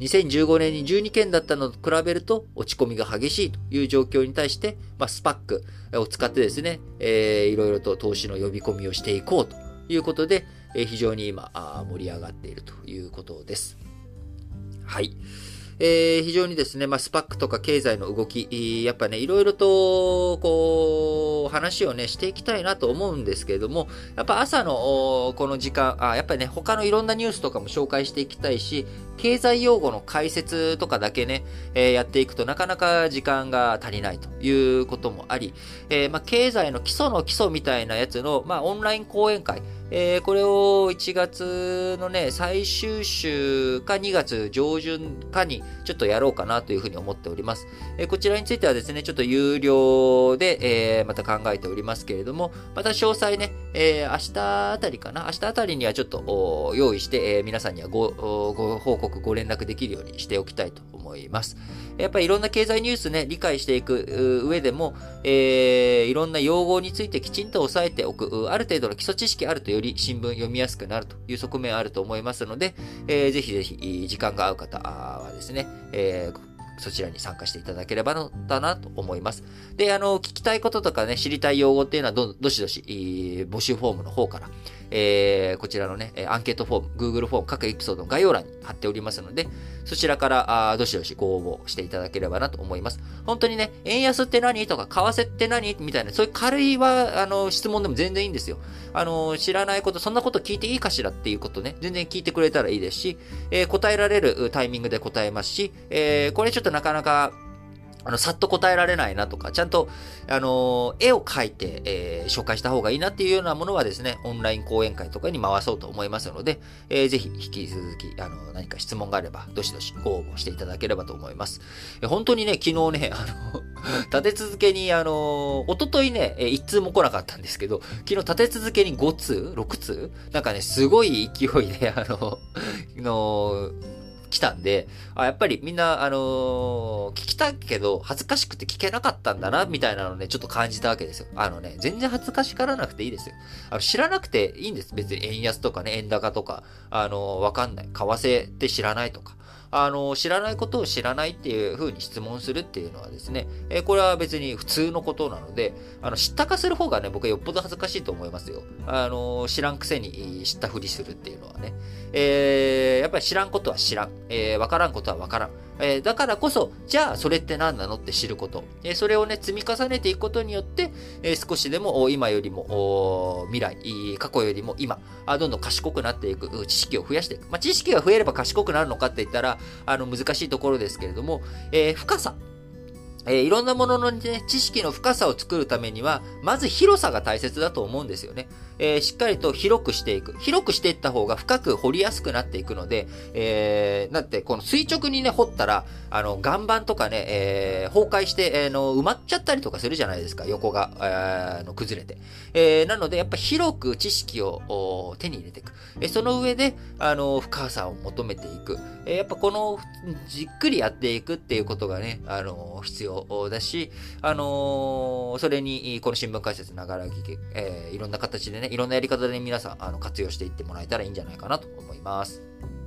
にせんじゅうごねんにじゅうにけんだったのと比べると落ち込みが激しいという状況に対して、まあ、スパックを使ってですね、えー、いろいろと投資の呼び込みをしていこうということで、えー、非常に今盛り上がっているということです。はい。えー、非常にですね、まあ、スパックとか経済の動き、やっぱね、いろいろと、こう、話をね、していきたいなと思うんですけれども、やっぱ朝の、この時間、あ、やっぱりね、他のいろんなニュースとかも紹介していきたいし、経済用語の解説とかだけね、えー、やっていくとなかなか時間が足りないということもあり、えー、まあ、経済の基礎の基礎みたいなやつの、まあ、オンライン講演会、えー、これをいちがつのね、最終週かにがつ上旬かにちょっとやろうかなというふうに思っております。えー、こちらについてはですね、ちょっと有料で、えー、また考えておりますけれども、また詳細ね、えー、明日あたりかな、明日あたりにはちょっと用意して、えー、皆さんにはご、ご報告、ご連絡できるようにしておきたいと思います。やっぱりいろんな経済ニュースね、理解していく上でも、えー、いろんな用語についてきちんと押さえておく、ある程度の基礎知識あるとより新聞読みやすくなるという側面あると思いますので、えー、ぜひぜひ時間が合う方はですね、えーそちらに参加していただければだなと思います。で、あの、聞きたいこととかね、知りたい用語っていうのはど、どしどし、募集フォームの方から、えー、こちらのね、アンケートフォーム、Google フォーム、各エピソードの概要欄に貼っておりますので、そちらから、あどしどしご応募していただければなと思います。本当にね、円安って何とか、為替って何みたいな、そういう軽いは、あの、質問でも全然いいんですよ。あの、知らないこと、そんなこと聞いていいかしらっていうことね、全然聞いてくれたらいいですし、えー、答えられるタイミングで答えますし、えー、これちょっとなかなか、あの、さっと答えられないなとか、ちゃんと、あのー、絵を描いて、えー、紹介した方がいいなっていうようなものはですね、オンライン講演会とかに回そうと思いますので、えー、ぜひ引き続き、あの、何か質問があれば、どしどしご応募していただければと思います。えー、本当にね、昨日ね、あの、立て続けに、あのー、おとといね、えー、一通も来なかったんですけど、昨日立て続けにごつう ?ろく 通なんかね、すごい勢いで、あの、の来たんで、あ、やっぱりみんな、あのー、聞きたいけど、恥ずかしくて聞けなかったんだな、みたいなのね、ちょっと感じたわけですよ。あのね、全然恥ずかしがらなくていいですよ。あの知らなくていいんです。別に円安とかね、円高とか、あのー、わかんない。為替って知らないとか。あの、知らないことを知らないっていう風に質問するっていうのはですね、えー、これは別に普通のことなので、あの、知ったかする方がね、僕はよっぽど恥ずかしいと思いますよ。あの、知らんくせに知ったふりするっていうのはね。えー、やっぱり知らんことは知らん。えー、わからんことはわからん。えー、だからこそ、じゃあそれって何なのって知ること。えー、それをね、積み重ねていくことによって、えー、少しでも今よりも未来、過去よりも今、あどんどん賢くなっていく、知識を増やしていく。まあ、知識が増えれば賢くなるのかって言ったら、あの、難しいところですけれども、えー、深さ。えー、いろんなものの、ね、知識の深さを作るためには、まず広さが大切だと思うんですよね。えー、しっかりと広くしていく。広くしていった方が深く掘りやすくなっていくので、えー、だってこの垂直にね、掘ったら、あの、岩盤とかね、えー、崩壊して、えー、の、埋まっちゃったりとかするじゃないですか、横が、えー、の崩れて。えー、なので、やっぱ広く知識を手に入れていく。えー、その上で、あの、深さを求めていく。えー、やっぱこの、じっくりやっていくっていうことがね、あの、必要だし、あのー、それに、この新聞解説ながら聞き、えー、いろんな形でね、いろんなやり方で皆さん、あの、活用していってもらえたらいいんじゃないかなと思います。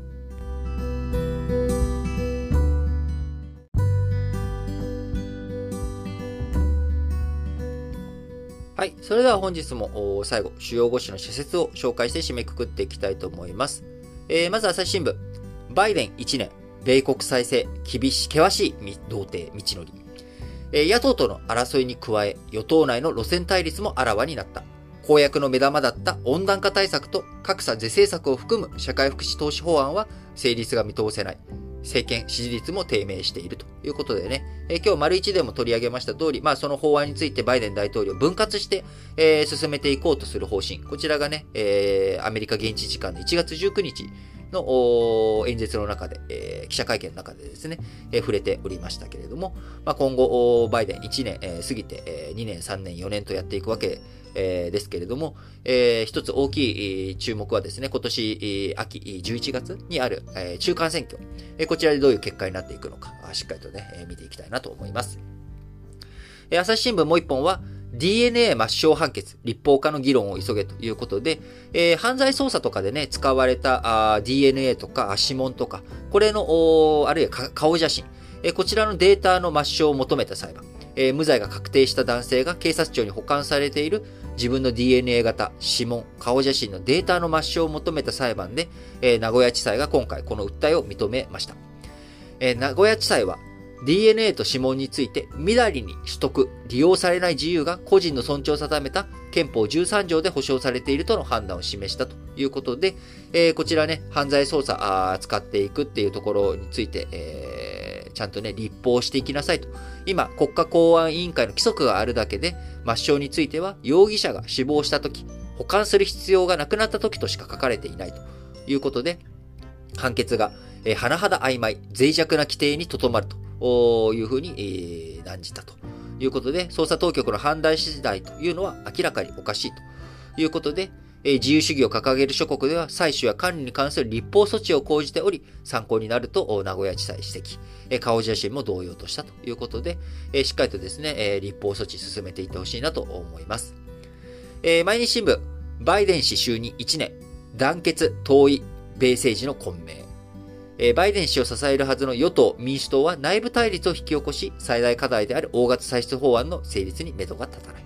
はい。それでは本日も最後、主要ご紙の社説を紹介して締めくくっていきたいと思います。えー、まず朝日新聞。バイデンいちねん、米国再生、厳し、険しい童貞道のり。野党との争いに加え、与党内の路線対立もあらわになった。公約の目玉だった温暖化対策と格差是正策を含む社会福祉投資法案は成立が見通せない。政権支持率も低迷しているということでね、え今日丸一でも取り上げました通り、まあその法案についてバイデン大統領分割して、えー、進めていこうとする方針。こちらがね、えー、アメリカ現地時間のいちがつじゅうくにちの演説の中で、えー、記者会見の中でですね、えー、触れておりましたけれども、まあ、今後、バイデンいちねん、えー、過ぎて、えー、にねん、さんねん、よねんとやっていくわけ、えー、ですけれども、えー、一つ大きい注目はですね、今年秋じゅういちがつにある、えー、中間選挙、えー、こちらでどういう結果になっていくのか、しっかりとね、えー、見ていきたいなと思います。朝日新聞もう一本は、 ディーエヌエー 抹消判決、立法化の議論を急げということで、えー、犯罪捜査とかでね、使われたあ ディーエヌエー とか指紋とか、これの、あるいは顔写真、えー、こちらのデータの抹消を求めた裁判、えー、無罪が確定した男性が警察庁に保管されている自分の ディーエヌエー 型、指紋、顔写真のデータの抹消を求めた裁判で、えー、名古屋地裁が今回この訴えを認めました。えー、名古屋地裁は、ディーエヌエー と指紋について、みだりに取得、利用されない自由が個人の尊重を定めた憲法じゅうさん条で保障されているとの判断を示したということで、えー、こちらね、犯罪捜査あ使っていくっていうところについて、えー、ちゃんとね、立法していきなさいと。今、国家公安委員会の規則があるだけで、抹消については、容疑者が死亡したとき、保管する必要がなくなったときとしか書かれていないということで、判決が、えー、甚だ曖昧、脆弱な規定にとどまると。いうふうに、えー、断じたということで、捜査当局の判断次第というのは明らかにおかしいということで、えー、自由主義を掲げる諸国では採取や管理に関する立法措置を講じており、参考になると名古屋地裁指摘、えー、顔写真も同様としたということで、えー、しっかりとですね、えー、立法措置進めていってほしいなと思います。えー、毎日新聞、バイデン氏就任いちねん、団結、統一、米政治の混迷。バイデン氏を支えるはずの与党・民主党は内部対立を引き起こし、最大課題である大型歳出法案の成立に目処が立たない。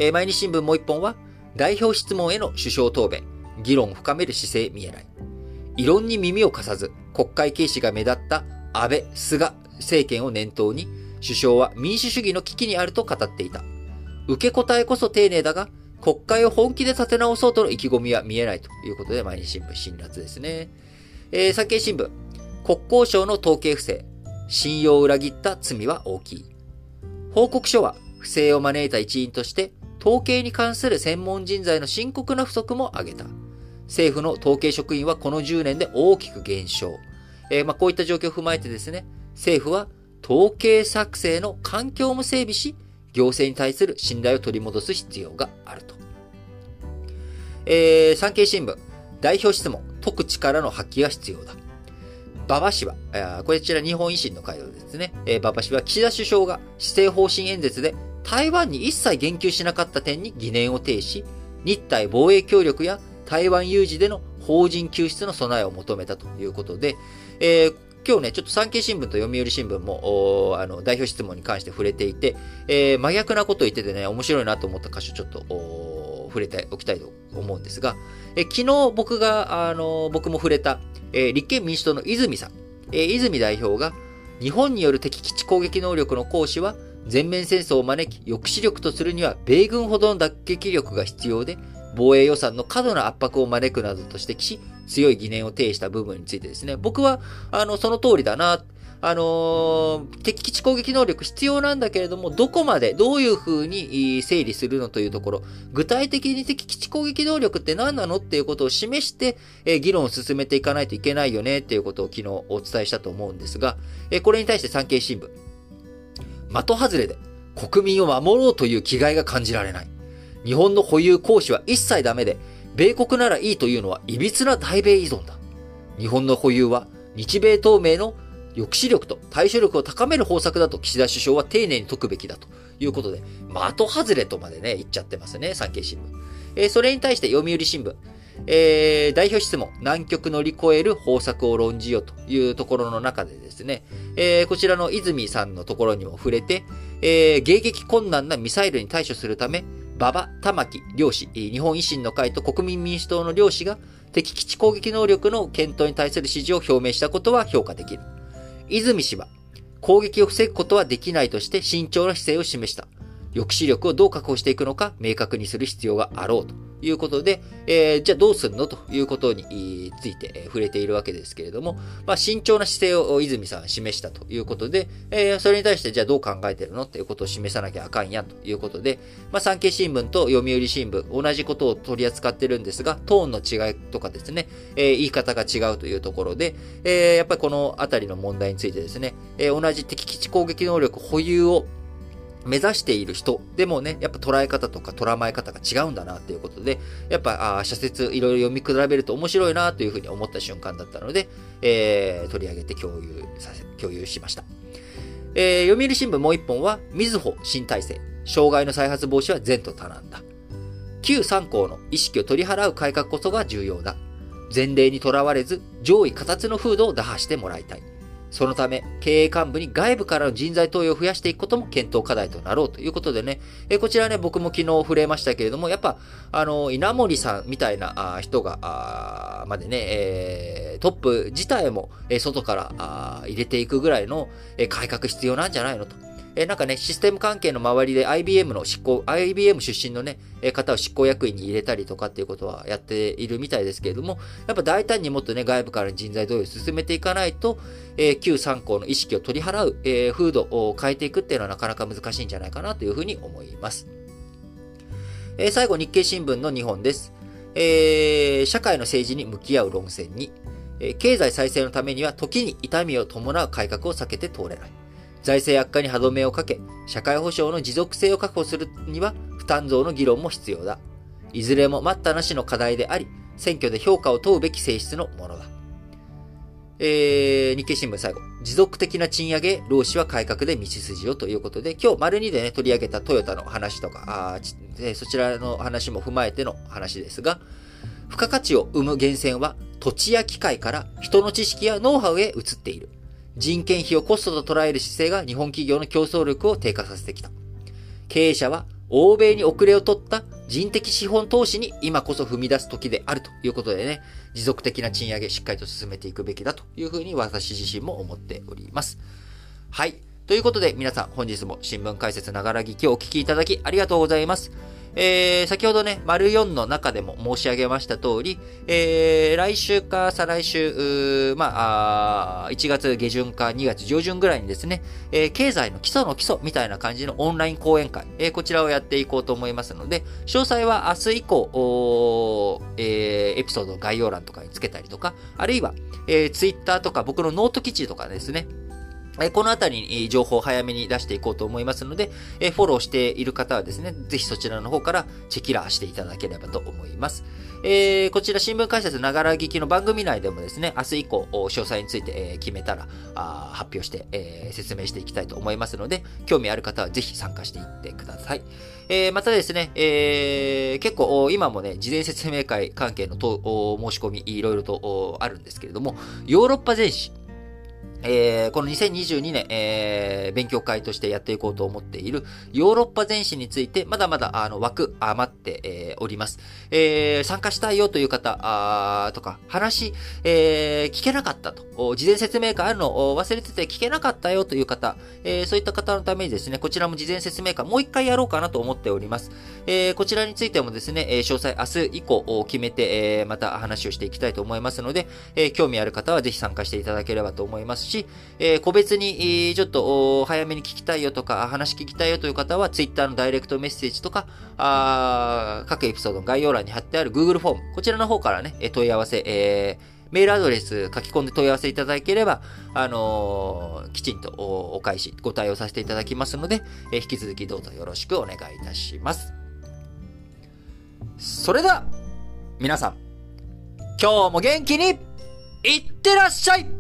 毎日新聞もう一本は、代表質問への首相答弁、議論を深める姿勢見えない。異論に耳を貸さず、国会軽視が目立った安倍・菅政権を念頭に、首相は民主主義の危機にあると語っていた。受け答えこそ丁寧だが、国会を本気で立て直そうとの意気込みは見えないということで、毎日新聞辛辣ですね。えー、産経新聞、国交省の統計不正、信用を裏切った罪は大きい。報告書は不正を招いた一因として、統計に関する専門人材の深刻な不足も挙げた。政府の統計職員はこのじゅうねんで大きく減少。えー、まあこういった状況を踏まえてですね、政府は統計作成の環境も整備し、行政に対する信頼を取り戻す必要があると。えー、産経新聞、代表質問、解く力の発揮が必要だ。馬場氏は、こちら日本維新の会のですね、馬場氏は岸田首相が施政方針演説で台湾に一切言及しなかった点に疑念を呈し、日台防衛協力や台湾有事での邦人救出の備えを求めたということで、えー、今日ね、ちょっと産経新聞と読売新聞も、あの、代表質問に関して触れていて、えー、真逆なことを言っててね、面白いなと思った箇所ちょっと、触れておきたいと思うんですが、え昨日僕が、あの、僕も触れた、えー、立憲民主党の泉さん、えー、泉代表が、日本による敵基地攻撃能力の行使は、全面戦争を招き、抑止力とするには、米軍ほどの脱撃力が必要で、防衛予算の過度な圧迫を招くなどと指摘し、強い疑念を呈した部分についてですね、僕は、あの、その通りだな、あのー、敵基地攻撃能力必要なんだけれども、どこまで、どういう風に整理するのというところ、具体的に敵基地攻撃能力って何なのっていうことを示して、えー、議論を進めていかないといけないよねっていうことを昨日お伝えしたと思うんですが、えー、これに対して産経新聞、的外れで国民を守ろうという気概が感じられない。日本の保有行使は一切ダメで、米国ならいいというのは歪な大米依存だ。日本の保有は日米同盟の抑止力と対処力を高める方策だと岸田首相は丁寧に説くべきだということで、的外れとまでね、言っちゃってますね、産経新聞。えー、それに対して読売新聞、えー、代表質問、難局乗り越える方策を論じようというところの中でですね、えー、こちらの泉さんのところにも触れて、えー、迎撃困難なミサイルに対処するため、馬場、玉木両氏、日本維新の会と国民民主党の両氏が敵基地攻撃能力の検討に対する支持を表明したことは評価できる。泉氏は攻撃を防ぐことはできないとして慎重な姿勢を示した。抑止力をどう確保していくのか明確にする必要があろうということで、えー、じゃあどうするのということについて触れているわけですけれども、まあ、慎重な姿勢を泉さんは示したということで、えー、それに対してじゃあどう考えてるのっていうことを示さなきゃあかんやんということで、まあ、産経新聞と読売新聞同じことを取り扱ってるんですが、トーンの違いとかですね、えー、言い方が違うというところで、えー、やっぱりこのあたりの問題についてですね、えー、同じ敵基地攻撃能力保有を目指している人でもね、やっぱ捉え方とか捉まえ方が違うんだなっていうことで、やっぱ、あ社説いろいろ読み比べると面白いなというふうに思った瞬間だったので、えー、取り上げて共有させ、共有しました。えー、読売新聞もう一本は、みずほ新体制、 障害の再発防止は前途多難だ。旧三項の意識を取り払う改革こそが重要だ。前例にとらわれず、上位形の風土を打破してもらいたい。そのため、経営幹部に外部からの人材投与を増やしていくことも検討課題となろうということでね、えこちらね、僕も昨日触れましたけれども、やっぱ、あの、稲森さんみたいな人が、あまでね、えー、トップ自体も、え外からあ入れていくぐらいの、え改革必要なんじゃないのと。えなんかね、システム関係の周りで アイビーエム の執行、アイビーエム 出身のね、方を執行役員に入れたりとかっていうことはやっているみたいですけれども、やっぱ大胆にもっとね、外部から人材同意を進めていかないと、えー、旧三項の意識を取り払う、えー、風土を変えていくっていうのはなかなか難しいんじゃないかなというふうに思います。えー、最後、日経新聞のにほんです。えー、社会の政治に向き合う論戦に、えー、経済再生のためには時に痛みを伴う改革を避けて通れない。財政悪化に歯止めをかけ、社会保障の持続性を確保するには負担増の議論も必要だ。いずれも待ったなしの課題であり、選挙で評価を問うべき性質のものだ。えー、日経新聞最後。持続的な賃上げ、労使は改革で道筋をということで、今日丸にでね、取り上げたトヨタの話とか、あーそちらの話も踏まえての話ですが、付加価値を生む源泉は土地や機械から人の知識やノウハウへ移っている。人件費をコストと捉える姿勢が日本企業の競争力を低下させてきた。経営者は欧米に遅れを取った人的資本投資に今こそ踏み出す時であるということでね、持続的な賃上げしっかりと進めていくべきだというふうに私自身も思っております。はい。ということで皆さん本日も新聞解説ながら聞きをお聞きいただきありがとうございます。えー、先ほどね、丸よんの中でも申し上げました通り、えー、来週か再来週、まあ、あいちがつ下旬かにがつ上旬ぐらいにですね、えー、経済の基礎の基礎みたいな感じのオンライン講演会、えー、こちらをやっていこうと思いますので、詳細は明日以降、えー、エピソードの概要欄とかにつけたりとか、あるいは、えー、ツイッターとか僕のノート記事とかですね、このあたりに情報を早めに出していこうと思いますので、フォローしている方はですね、ぜひそちらの方からチェキラーしていただければと思います。えー、こちら新聞解説ながら聞きの番組内でもですね、明日以降詳細について決めたら発表して、えー、説明していきたいと思いますので、興味ある方はぜひ参加していってください。えー、またですね、えー、結構今もね、事前説明会関係のと申し込みいろいろとあるんですけれども、ヨーロッパ全史、えー、このにせんにじゅうにねん、えー、勉強会としてやっていこうと思っているヨーロッパ全史についてまだまだあの枠余って、えー、おります。えー、参加したいよという方あとか話、えー、聞けなかったと、事前説明会あるのを忘れてて聞けなかったよという方、えー、そういった方のためにですね、こちらも事前説明会もう一回やろうかなと思っております。えー、こちらについてもですね、詳細明日以降決めて、えー、また話をしていきたいと思いますので、えー、興味ある方はぜひ参加していただければと思いますし、えー、個別に、えー、ちょっと早めに聞きたいよとか話聞きたいよという方は Twitter のダイレクトメッセージとかあ各エピソードの概要欄に貼ってある Google フォーム、こちらの方からね問い合わせ、えー、メールアドレス書き込んで問い合わせいただければ、あのー、きちんとお返しご対応させていただきますので、えー、引き続きどうぞよろしくお願いいたします。それでは皆さん今日も元気にいってらっしゃい。